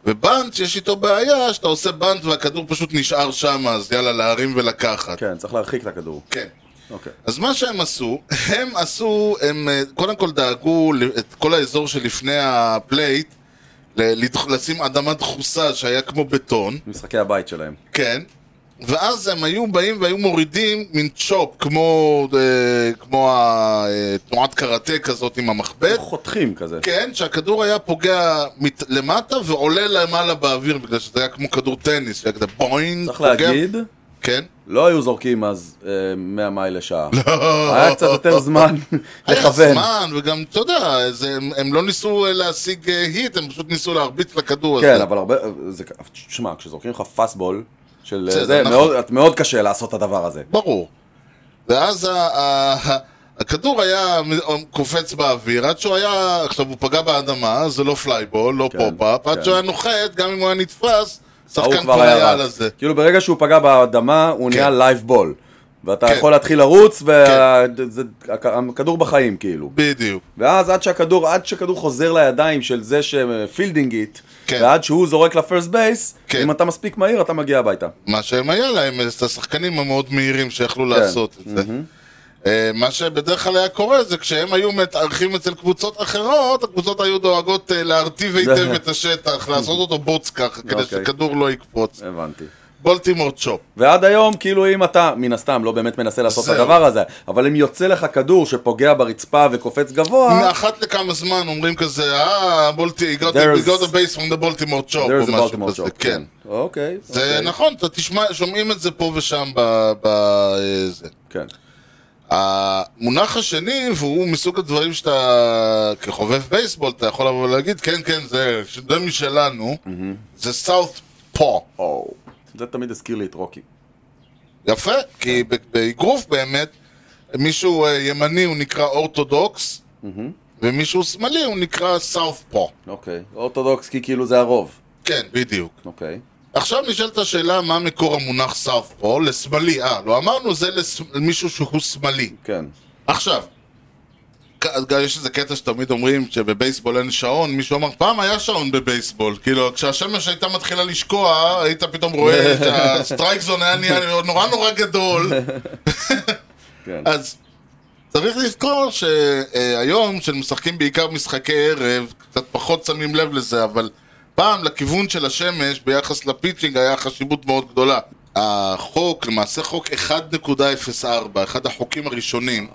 ובנט יש איתו בעיה, שאתה עושה בנט והכדור פשוט נשאר שם, אז יאללה להרים ולקחת. כן, צריך להרחיק את הכדור. כן. אוקיי. אז מה שהם עשו, הם עשו, הם קודם כל דאגו את כל האזור שלפני הפלייט, לשים אדמה דחוסה שהיה כמו בטון. משחקי הבית שלהם. כן. ואז הם היו באים והיו מורידים מין צ'ופ, כמו, אה, כמו התנועת קראטה כזאת עם המחבט. חותכים כזה. כן, שהכדור היה פוגע מת, למטה ועולה למעלה באוויר, בגלל שזה היה כמו כדור טניס, שהיה כזה בוינג. צריך פוגע. להגיד, כן. לא היו זורקים אז אה, מאה מייל לשעה. לא. היה קצת יותר זמן לכוון. היה זמן, וגם, אתה יודע, זה, הם, הם לא ניסו להשיג היט, הם פשוט ניסו להרביץ לכדור כן, הזה. אבל הרבה, זה, תשמע, כשזורקים לך פאסבול, של זה, זה מאוד, מאוד קשה לעשות את הדבר הזה. ברור. ואז ה, ה, הכדור היה קופץ באוויר, עד שהוא היה, עכשיו הוא פגע באדמה, זה לא פלייבול, לא כן, פופ-אפ, כן. עד שהוא היה נוחת, גם אם הוא היה נתפס, שחקן כבר היה על הזה. כאילו ברגע שהוא פגע באדמה, הוא כן. נהיה לייב בול. ואתה כן. יכול להתחיל לרוץ, והכדור כן. בחיים כאילו. בדיוק. ואז עד שהכדור, עד שהכדור חוזר לידיים של זה שפילדינג איט, כן. ועד שהוא זורק לפרסט בייס, כן. אם אתה מספיק מהיר, אתה מגיע הביתה. מה שהם היה להם, את השחקנים המאוד מהירים שיכלו כן. לעשות את זה. Mm-hmm. מה שבדרך כלל היה קורה זה כשהם היו מתארחים אצל קבוצות אחרות, הקבוצות היו דואגות להרטיב היטב את השטח, לעשות אותו בוץ ככה, כדי שכדור לא יקפוץ. הבנתי. בולטימור צ'ופ. ועד היום, כאילו אם אתה, מן הסתם, לא באמת מנסה לעשות את הדבר הזה, אבל אם יוצא לך כדור שפוגע ברצפה וקופץ גבוה... מאחת לכמה זמן אומרים כזה, אה, בולטי, you got a base from the Baltimore chop, או משהו כזה, כן. אוקיי. זה נכון, אתה תשמע, שומעים את זה פה ושם בזה. כן. המונח השני, והוא מסוג הדברים שאתה, כחובב בייסבול, אתה יכול לבוא ולהגיד, כן, כן, זה משלנו, זה Southpaw. או. זה תמיד הזכיר לי את רוקי. יפה, כי באגרוף באמת, מישהו ימני הוא נקרא אורתודוקס, ומישהו שמאלי הוא נקרא סאות'פו. אוקיי, אורתודוקס כי כאילו זה הרוב. כן, בדיוק. אוקיי. עכשיו נשאלת השאלה מה מקור המונח סאות'פו, לשמאלי, אה, לא אמרנו זה למישהו שהוא שמאלי. כן. עכשיו, יש איזה קטע שתמיד אומרים שבבייסבול אין שעון, מישהו אמר, פעם היה שעון בבייסבול, כאילו כשהשמש הייתה מתחילה לשקוע, היית פתאום רואה שהסטרייק זון היה נהיה נורא נורא גדול. אז צריך לזכור שהיום, שמשחקים בעיקר משחקי ערב, קצת פחות שמים לב לזה, אבל פעם לכיוון של השמש ביחס לפיצ'ינג היה חשיבות מאוד גדולה. החוק, למעשה חוק אחד נקודה אפס ארבע, אחד החוקים הראשונים,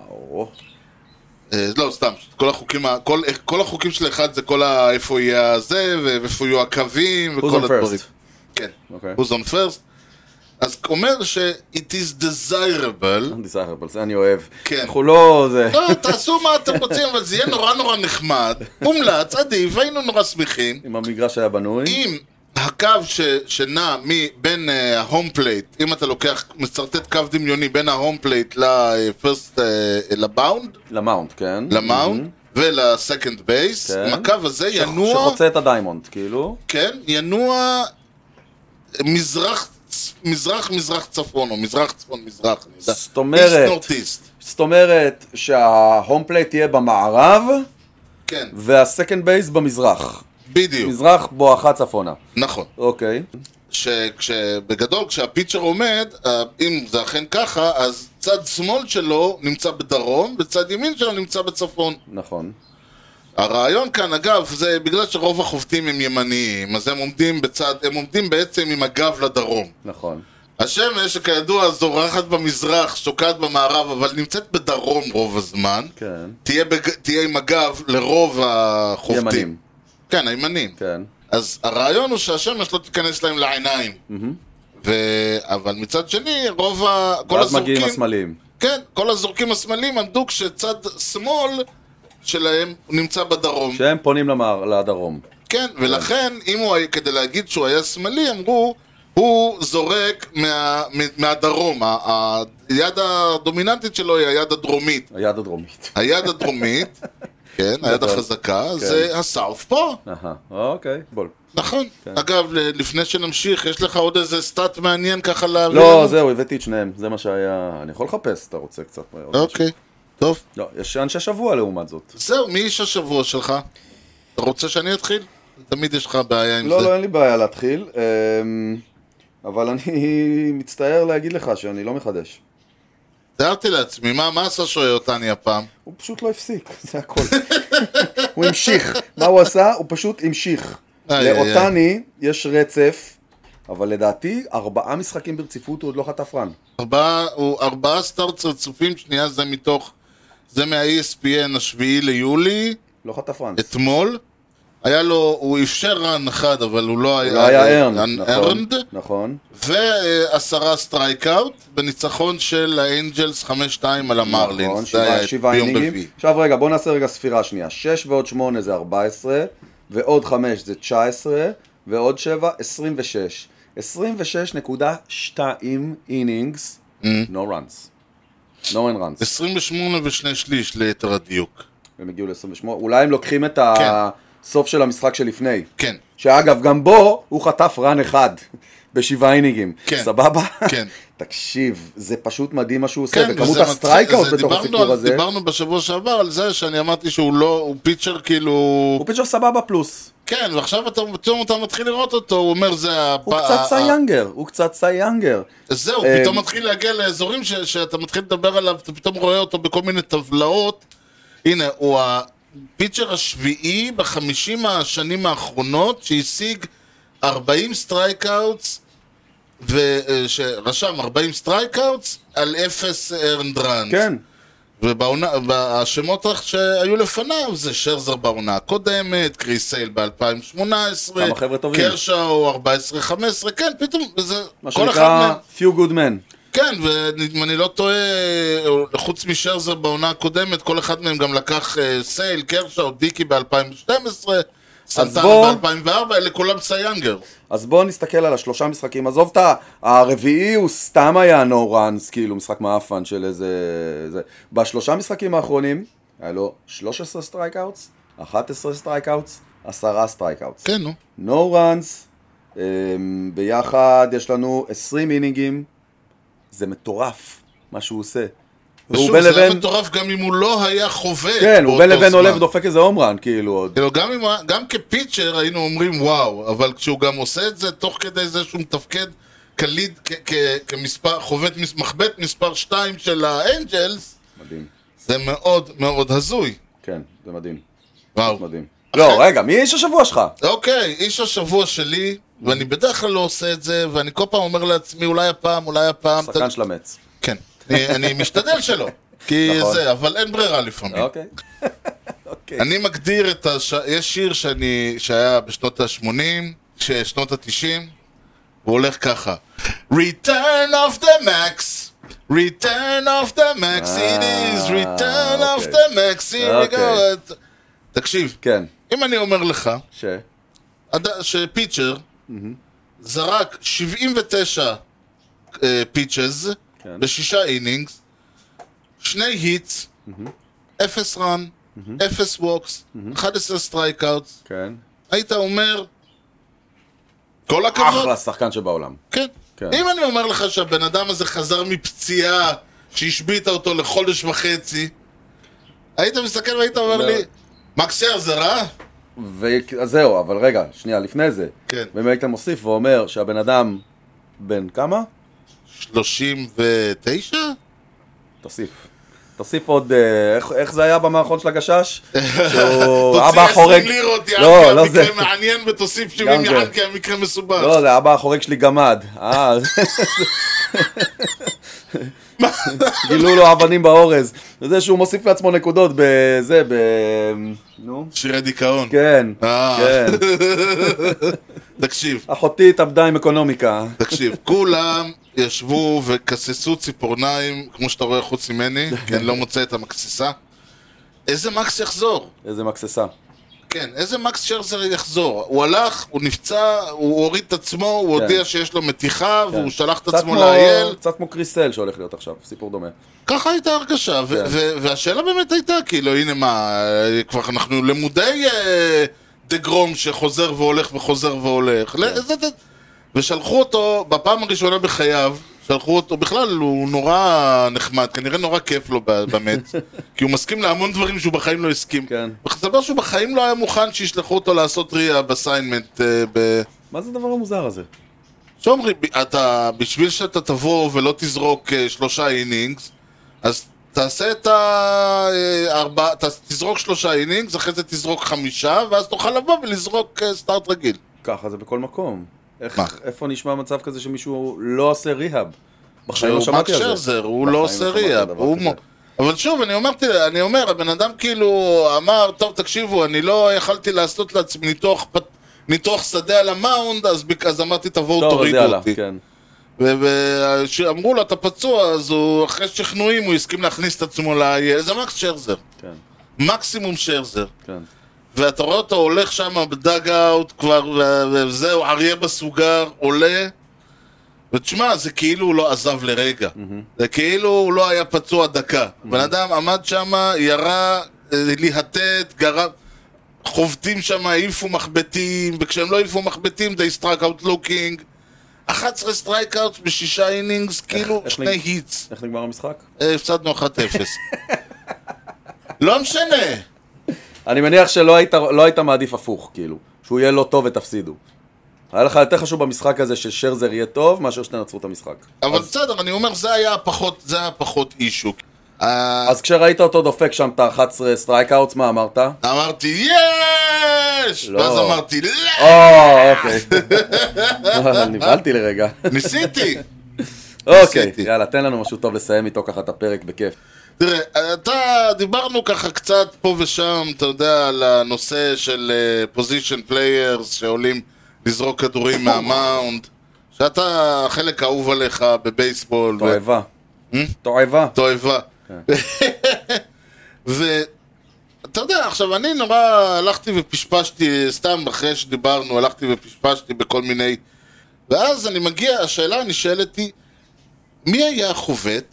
לא, סתם, כל החוקים, כל, כל החוקים של אחד זה כל ה, איפה יהיה הזה, ואיפה יהיו הקווים, וכל הדברים. כן, okay. who's on first. אז אומר ש- it is desirable. desirable, זה אני אוהב. כן. אנחנו לא, זה... לא, תעשו מה אתם רוצים, אבל זה יהיה נורא נורא נחמד, מומלץ, עדיף, היינו נורא שמחים. אם המגרש היה בנוי. אם הקו ש- שנע בין ההום uh, פלייט, אם אתה לוקח, מצרטט קו דמיוני בין ההום פלייט לפרסט, לבאונד, למאונד, כן. למאונד, mm-hmm. ולסקנד בייס, כן. עם הקו הזה ש- ינוע... שחוצה את הדיימונד, כאילו. כן, ינוע מזרח, מזרח, מזרח צפון, או מזרח צפון, מזרח. זאת אומרת, זאת אומרת שההום פלייט תהיה במערב, כן. והסקנד בייס במזרח. בדיוק. מזרח בואכה צפונה. נכון. אוקיי. שבגדול, כשהפיצ'ר עומד, אם זה אכן ככה, אז צד שמאל שלו נמצא בדרום, וצד ימין שלו נמצא בצפון. נכון. הרעיון כאן, אגב, זה בגלל שרוב החובטים הם ימניים, אז הם עומדים בצד, הם עומדים בעצם עם הגב לדרום. נכון. השמש, שכידוע, זורחת במזרח, שוקעת במערב, אבל נמצאת בדרום רוב הזמן. כן. תהיה, בג... תהיה עם הגב לרוב החובטים. ימנים. כן, הימנים. כן. אז הרעיון הוא שהשמש לא תיכנס להם לעיניים. Mm-hmm. ו... אבל מצד שני, רוב ה... כל ואז הזורקים... מגיעים השמאליים. כן, כל הזורקים השמאליים עמדו כשצד שמאל שלהם נמצא בדרום. שהם פונים למער... לדרום. כן, ולכן, אם הוא היה, כדי להגיד שהוא היה שמאלי, אמרו, הוא זורק מה... מהדרום. היד הדומיננטית שלו היא היד הדרומית. היד הדרומית. היד הדרומית. כן, היד החזקה, זה הסאות'פו. אהה, אוקיי, בול. נכון. אגב, לפני שנמשיך, יש לך עוד איזה סטאט מעניין ככה להביא? לא, זהו, הבאתי את שניהם, זה מה שהיה... אני יכול לחפש, אתה רוצה קצת. אוקיי, טוב. לא, יש אנשי שבוע לעומת זאת. זהו, מי איש השבוע שלך? אתה רוצה שאני אתחיל? תמיד יש לך בעיה עם לא, זה. לא, אין לי בעיה להתחיל, אבל אני מצטער להגיד לך שאני לא מחדש. תיארתי לעצמי, מה, מה עשה שוי אותני הפעם? הוא פשוט לא הפסיק, זה הכל. הוא המשיך. מה הוא עשה? הוא פשוט המשיך. לאותני יש רצף, אבל לדעתי ארבעה משחקים ברציפות הוא עוד לא חטף רן. ארבעה, הוא ארבעה סטארטס רצופים, שנייה זה מתוך, זה מה-E S P N השביעי ליולי. לא חטף רן. אתמול. היה לו, הוא אפשר רן אחד, אבל הוא לא היה... הוא היה ארנד. נכון, נכון. ועשרה סטרייקאוט, בניצחון של האנג'לס חמש שתיים על המרלינס. נכון, שבעה, שבעה אינינגים. עכשיו רגע, בוא נעשה רגע ספירה שנייה. שש ועוד שמונה זה ארבע עשרה, ועוד חמש זה תשע עשרה, ועוד שבע, עשרים ושש. עשרים ושש נקודה שתיים אינינגס, no runs. no in runs. עשרים ושמונה ושני שליש ליתר הדיוק. הם הגיעו ל-עשרים ושמונה. אולי הם לוקחים את הסוף של המשחק שלפני. כן. שאגב, גם בו הוא חטף רן אחד. בשבעה אינינגים. כן. סבבה? כן. תקשיב, זה פשוט מדהים מה שהוא עושה, כן, וכמות הסטרייקאוט בתוך הסיפור הזה. דיברנו בשבוע שעבר על זה שאני אמרתי שהוא לא, הוא פיצ'ר כאילו... הוא פיצ'ר סבבה פלוס. כן, ועכשיו אתה, פתאום אתה מתחיל לראות אותו, הוא אומר זה... הוא קצת סייאנגר, הוא קצת סייאנגר. זהו, פתאום מתחיל להגיע לאזורים ש, שאתה מתחיל לדבר עליו, אתה פתאום רואה אותו בכל מיני טבלאות. הנה, הוא הפיצ'ר השביעי בחמישים השנים האחרונות, שהשיג ארבעים סטרייקאוטס, ושרשם ארבעים סטרייקאוטס על אפס ארנד ראנס. כן. והשמות שהיו לפניו זה שרזר בעונה הקודמת, קריס סייל ב-אלפיים שמונה עשרה, כמה חבר'ה טובים. קרשאו ארבע עשרה חמש עשרה, כן, פתאום זה... מה שנקרא few good men. כן, ואם אני לא טועה, חוץ משרזר בעונה הקודמת, כל אחד מהם גם לקח סייל, קרשאו, דיקי ב-אלפיים ושתים עשרה, סנטנה ב-אלפיים וארבע, אלה כולם סייאנגר. אז בואו נסתכל על השלושה משחקים. עזוב את הרביעי, הוא סתם היה no runs, כאילו משחק מאפן של איזה... זה. בשלושה משחקים האחרונים, היה לו שלוש עשרה סטרייקאוטס, אחת עשרה סטרייקאוטס, עשרה סטרייקאוטס. כן, נו. no runs, ביחד יש לנו עשרים אינינגים, זה מטורף מה שהוא עושה. ושוב, זה היה מטורף גם אם הוא לא היה חובט. כן, הוא בין לבין עולה ודופק איזה הומרן, כאילו עוד. גם, אם, גם כפיצ'ר היינו אומרים וואו, אבל כשהוא גם עושה את זה, תוך כדי זה שהוא מתפקד כליד, כמספר, חובט מחבט מספר שתיים של האנג'לס, מדהים. זה מאוד מאוד הזוי. כן, זה מדהים. וואו. מדהים. לא, רגע, מי איש השבוע שלך? אוקיי, איש השבוע שלי, ואני בדרך כלל לא עושה את זה, ואני כל פעם אומר לעצמי, אולי הפעם, אולי הפעם. שחקן של המץ. כן. אני משתדל שלו, כי זה, אבל אין ברירה לפעמים. אוקיי. אני מגדיר את הש... יש שיר שאני, שהיה בשנות ה-שמונים, שנות ה-תשעים, הוא הולך ככה. Return of the Max, Return of the Max, it is, Return of the Max, here we go. תקשיב, כן. אם אני אומר לך, ש? שפיצ'ר זרק שבעים ותשע פיצ'ז, בשישה אינינגס, שני היטס, אפס רן, אפס ווקס, אחד עשר סטרייקאוטס. כן. היית אומר, כל הכבוד. אחלה שחקן שבעולם. כן. אם אני אומר לך שהבן אדם הזה חזר מפציעה, שהשביתה אותו לחודש וחצי, היית מסתכל והיית אומר לי, מקס שרזר, אה? וזהו, אבל רגע, שנייה, לפני זה. כן. ואם היית מוסיף ואומר שהבן אדם בן כמה? שלושים ותשע? תוסיף. תוסיף עוד, איך, איך זה היה במערכון של הגשש? שהוא אבא החורג... תוציא עשרים לירות, לא, יענקי, לא המקרה זה. מעניין ותוסיף שבעים יענקי, המקרה מסובך. לא, זה אבא החורג שלי גמד. אה... גילו לו אבנים באורז. זה שהוא מוסיף לעצמו נקודות בזה, ב... נו? שירי דיכאון. כן, כן. תקשיב. אחותי התאבדה עם אקונומיקה. תקשיב, כולם ישבו וכססו ציפורניים, כמו שאתה רואה חוץ ממני, כי אני לא מוצא את המקססה. איזה מקס יחזור? איזה מקססה. כן, איזה מקס שרזר יחזור? הוא הלך, הוא נפצע, הוא הוריד את עצמו, הוא הודיע שיש לו מתיחה, והוא שלח את עצמו לאייל. קצת כמו קריסל שהולך להיות עכשיו, סיפור דומה. ככה הייתה הרגשה, והשאלה באמת הייתה, כאילו, הנה מה, כבר אנחנו למודי דגרום שחוזר והולך וחוזר והולך. ושלחו אותו בפעם הראשונה בחייו, שלחו אותו, בכלל הוא נורא נחמד, כנראה נורא כיף לו באמת, כי הוא מסכים להמון דברים שהוא בחיים לא הסכים. כן. מסתבר שהוא בחיים לא היה מוכן שישלחו אותו לעשות ריאה בסיינמנט. ב... מה זה הדבר המוזר הזה? שאומרים, אתה, בשביל שאתה תבוא ולא תזרוק שלושה אינינגס, אז תעשה את הארבע, תזרוק שלושה אינינגס, אחרי זה תזרוק חמישה, ואז תוכל לבוא ולזרוק סטארט רגיל. ככה זה בכל מקום. איך, מה? איפה נשמע מצב כזה שמישהו לא עושה ריהאב? בחיים לא שהוא שמעתי מקס על זה. שרזר, הוא לא עושה ריהאב. הוא... כזה. אבל שוב, אני אומרתי, אני אומר, הבן אדם כאילו אמר, טוב, תקשיבו, אני לא יכלתי לעשות לעצמי ניתוח, ניתוח שדה על המאונד, אז, אז אמרתי, תבואו, תורידו יאללה, אותי. כן. ואמרו לו, אתה פצוע, אז הוא, אחרי שכנועים, הוא הסכים להכניס את עצמו ל... זה מקס שרזר. כן. מקסימום שרזר. כן. ואתה רואה אותו הולך שם בדאג-אוט כבר, וזהו, אריה בסוגר, עולה, ותשמע, זה כאילו הוא לא עזב לרגע. זה כאילו הוא לא היה פצוע דקה. בן אדם עמד שם, ירה, להטט, גרם, חובטים שם, העיפו מחבטים, וכשהם לא העיפו מחבטים, they struck out looking. אחת עשרה סטרייקאוטס בשישה אינינגס, כאילו שני היטס. איך נגמר המשחק? הפסדנו אחת אפס. לא משנה. אני מניח שלא היית, לא היית מעדיף הפוך, כאילו. שהוא יהיה לא טוב ותפסידו. היה לך יותר חשוב במשחק הזה ששרזר יהיה טוב, מאשר שתנצחו את המשחק. אבל אז... בסדר, אני אומר, זה היה פחות, זה היה פחות אישו. אז כשראית אותו דופק שם את ה-אחת עשרה סטרייקאוטס, מה אמרת? אמרתי, יש! לא. ואז אמרתי, לא! או, אוקיי. נבהלתי לרגע. ניסיתי. אוקיי, יאללה, תן לנו משהו טוב לסיים איתו ככה את הפרק בכיף. תראה, אתה, דיברנו ככה קצת פה ושם, אתה יודע, על הנושא של פוזיישן פליירס שעולים לזרוק כדורים מהמאונד, שאתה חלק אהוב עליך בבייסבול. תועבה. תועבה. תועבה. ואתה יודע, עכשיו אני נורא הלכתי ופשפשתי, סתם אחרי שדיברנו, הלכתי ופשפשתי בכל מיני, ואז אני מגיע, השאלה נשאלת היא, מי היה החובט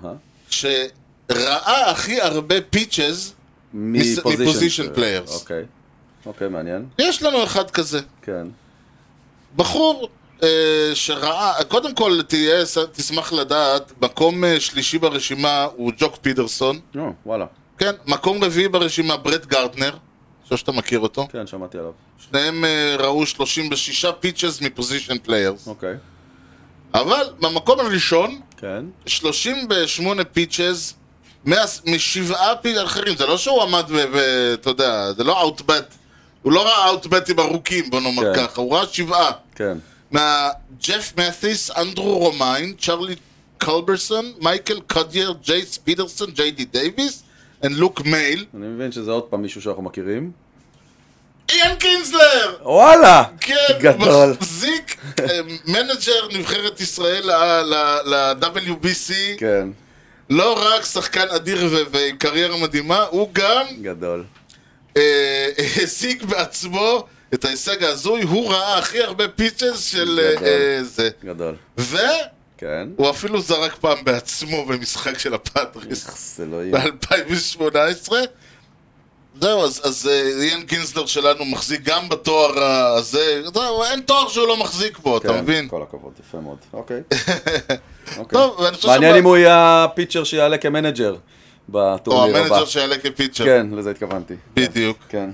שראה הכי הרבה פיצ'ז מפוזיישן פליירס? אוקיי, אוקיי, מעניין. יש לנו אחד כזה. כן. בחור אה, שראה, קודם כל תהיה, תשמח לדעת, מקום אה, שלישי ברשימה הוא ג'וק פידרסון. או, וואלה. כן, מקום רביעי ברשימה ברט גרדנר, חושב שאתה מכיר אותו. כן, שמעתי עליו. שניהם אה, ראו שלושים ושישה פיצ'ז מפוזיישן פליירס. אוקיי. אבל במקום הראשון, כן. שלושים ושמונה פיצ'ז משבעה פיצ'ז אחרים. זה לא שהוא עמד ואתה יודע, זה לא אאוטבט. הוא לא ראה אאוטבטים ארוכים, בוא נאמר כן. ככה, הוא ראה שבעה. כן. מה ג'ף מת'יס, אנדרו רומיין, צ'רלי קולברסון, מייקל קודייר, ג'ייס פיטרסון, ג'יי די דייביס, ולוק מייל. אני מבין שזה עוד פעם מישהו שאנחנו מכירים. איאן קינסלר! וואלה! כן, גדול. מחזיק מנג'ר נבחרת ישראל ל-דאבליו בי סי. כן. לא רק שחקן אדיר ועם קריירה מדהימה, הוא גם גדול. השיג בעצמו את ההישג הזוי, הוא ראה הכי הרבה פיצ'ז של זה. גדול. והוא כן. אפילו זרק פעם בעצמו במשחק של הפאטריס זה לא יהיה. ב-אלפיים שמונה עשרה. זהו, אז, אז איאן קינסלר שלנו מחזיק גם בתואר הזה, אין תואר שהוא לא מחזיק בו, כן, אתה מבין? כל הכבוד, יפה מאוד. אוקיי. טוב, ואני חושב מעניין אם הוא יהיה הפיצ'ר שיעלה כמנג'ר בטורניר הבא. או המנג'ר שיעלה כפיצ'ר. כן, לזה התכוונתי. בדיוק. כן.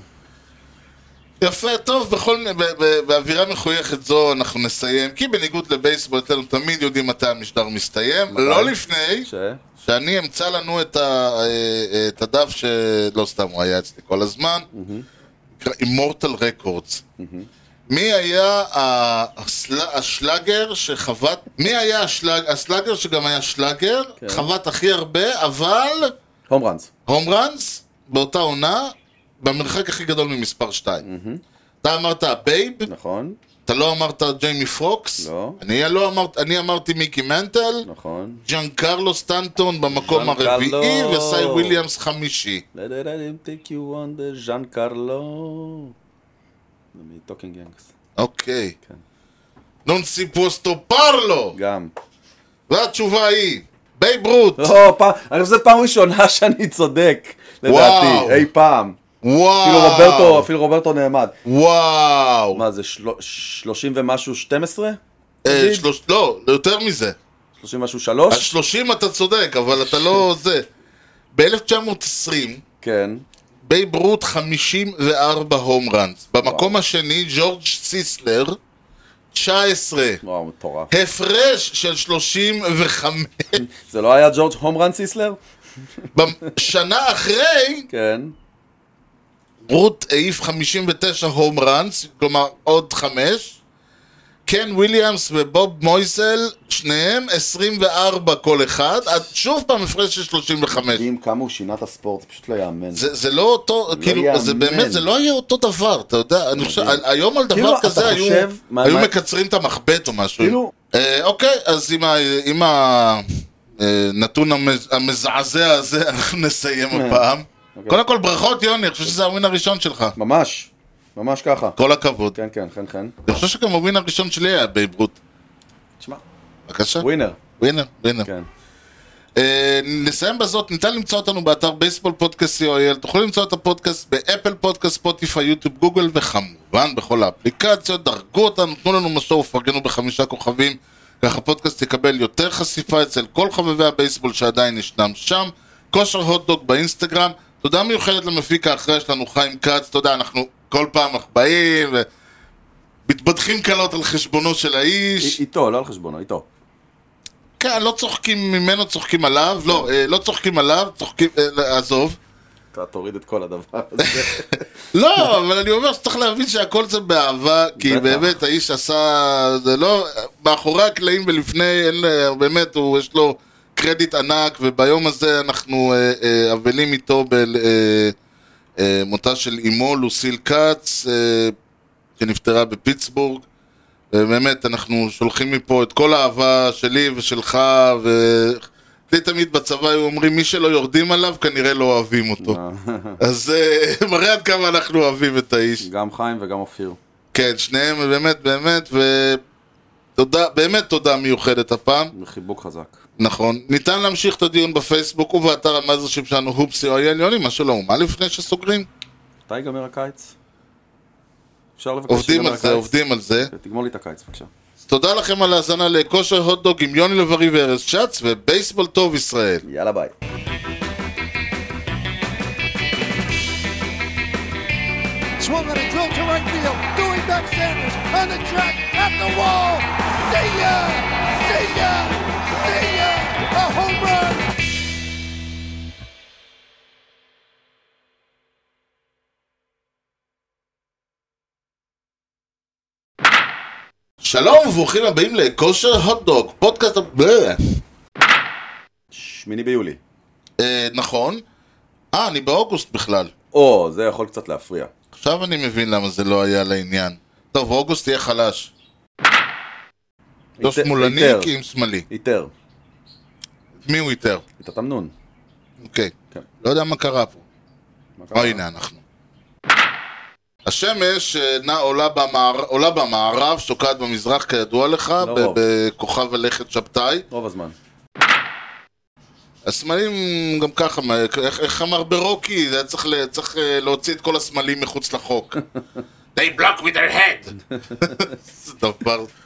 יפה, טוב, בכל, באווירה מחויכת זו אנחנו נסיים, כי בניגוד לבייסבול אתנו תמיד יודעים מתי המשדר מסתיים, לא לפני ש? שאני אמצא לנו את, ה, את הדף שלא סתם הוא היה אצלי כל הזמן, נקרא Immortal Records. מי היה הסל, השלאגר שחוות, מי היה השלאג, הסלאגר שגם היה שלאגר, כן. חוות הכי הרבה, אבל הום ראנס. הום ראנס באותה עונה, במרחק הכי גדול ממספר שתיים. אתה אמרת בייב, נכון. אתה לא אמרת ג'יימי פוקס, לא. אני לא אמרת, אני אמרתי מיקי מנטל, נכון. ג'אן קרלו סטנטון במקום ז'אן הרביעי, קרלו. וסי וויליאמס חמישי. Let him take you on the ז'אן קרלו. מטוקינג ינקס. אוקיי. כן. נון סי פוסטו פרלו! גם. והתשובה היא, בייב רוט. לא, פעם, אני חושב פעם ראשונה שאני צודק, לדעתי, וואו. אי פעם. וואו. אפילו רוברטו, אפילו רוברטו נעמד. וואו. מה זה, של... שלושים ומשהו, שתים עשרה? אה, שלוש... לא, יותר מזה. שלושים משהו שלוש? ה-שלושים אתה צודק, אבל אתה לא זה. ב-אלף תשע מאות עשרים, כן. בייב רות חמישים וארבע הום ראנס. במקום השני, ג'ורג' סיסלר, תשע עשרה. וואו, מטורף. הפרש של שלושים וחמש. זה לא היה ג'ורג' הום רן סיסלר? בשנה אחרי, כן. רות העיף חמישים ותשע הום ראנס, כלומר עוד חמש. קן וויליאמס ובוב מויסל, שניהם עשרים וארבע כל אחד, עד שוב פעם הפרש של שלושים וחמש. מדהים כמה הוא שינה את הספורט, זה פשוט לא יאמן. זה, זה לא אותו, לא כאילו, יאמן. זה באמת, זה לא יהיה אותו דבר, אתה יודע, אני חושב, היום על דבר כאילו כזה היו, חושב, היו מה, מקצרים את המחבט או משהו. כאילו... אה, אוקיי, אז עם, ה, עם הנתון המז, המזעזע הזה, אנחנו נסיים הפעם. אוקיי. קודם כל ברכות יוני, אני חושב שזה הווין הראשון שלך. ממש. ממש ככה. כל הכבוד. כן, כן, כן, כן. אני חושב שגם הווין הראשון שלי היה בייב רות. תשמע. בבקשה. ווינר. ווינר, ווינר. כן. Uh, נסיים בזאת, ניתן למצוא אותנו באתר בייסבול פודקאסט סי או אל, תוכלו למצוא את הפודקאסט באפל פודקאסט, ספוטיפיי, יוטיוב, גוגל וכמובן בכל האפליקציות. דרגו אותנו, תנו לנו משהו, פרגנו בחמישה כוכבים, ככה הפודקאסט יקבל יותר חשיפה אצל כל חובבי הבייסבול שעדיין ישנם שם. כושר הוטדוג באינסטגרם. תודה מיוחדת למפיק האחראי שלנו חיים כץ, תודה, אנחנו כל פעם באים ומתבדחים קלות על חשבונו של האיש. איתו, לא על חשבונו, איתו. כן, לא צוחקים ממנו, צוחקים עליו, לא, לא צוחקים עליו, צוחקים, עזוב. אתה תוריד את כל הדבר הזה. לא, אבל אני אומר שצריך להבין שהכל זה באהבה, כי באמת האיש עשה, זה לא, מאחורי הקלעים ולפני, באמת, יש לו קרדיט ענק, וביום הזה אנחנו אבלים איתו במותה של אמו, לוסיל קאץ, שנפטרה בפיטסבורג. ובאמת, אנחנו שולחים מפה את כל האהבה שלי ושלך, ולי תמיד בצבא היו אומרים, מי שלא יורדים עליו, כנראה לא אוהבים אותו. אז מראה עד כמה אנחנו אוהבים את האיש. גם חיים וגם אופיר. כן, שניהם באמת, באמת, ותודה, באמת תודה מיוחדת הפעם. וחיבוק חזק. נכון. ניתן להמשיך את הדיון בפייסבוק ובאתר המאזרשים שלנו, הופסי או אייל יוני, מה שלא, מה לפני שסוגרים? מתי ייגמר הקיץ? עובדים על זה, עובדים על זה. תגמור לי את הקיץ, בבקשה. תודה לכם על ההזנה לכושר הוטדוג עם יוני לב-ארי וארז שץ, ובייסבול טוב ישראל. יאללה ביי. Swung on a drill to right field. Doing back Sanders on the track at the wall. See ya! See ya! See ya! A home run! שלום וברוכים הבאים לכושר הוטדוג, פודקאסט... שמיני ביולי. אה, נכון. אה, אני באוגוסט בכלל. או, זה יכול קצת להפריע. עכשיו אני מבין למה זה לא היה לעניין. טוב, אוגוסט יהיה חלש. לא שמאלני כי אם שמאלי. איתר. מי הוא איתר? את התמנון. אוקיי. לא יודע מה קרה פה. או הנה אנחנו. השמש נע עולה, במער... עולה במערב, שוקעת במזרח כידוע לך, לא ב- בכוכב הלכת שבתאי. רוב הזמן. הסמלים גם ככה, איך, איך אמר ברוקי, זה צריך, צריך להוציא את כל הסמלים מחוץ לחוק. They block with their head. זה דבר...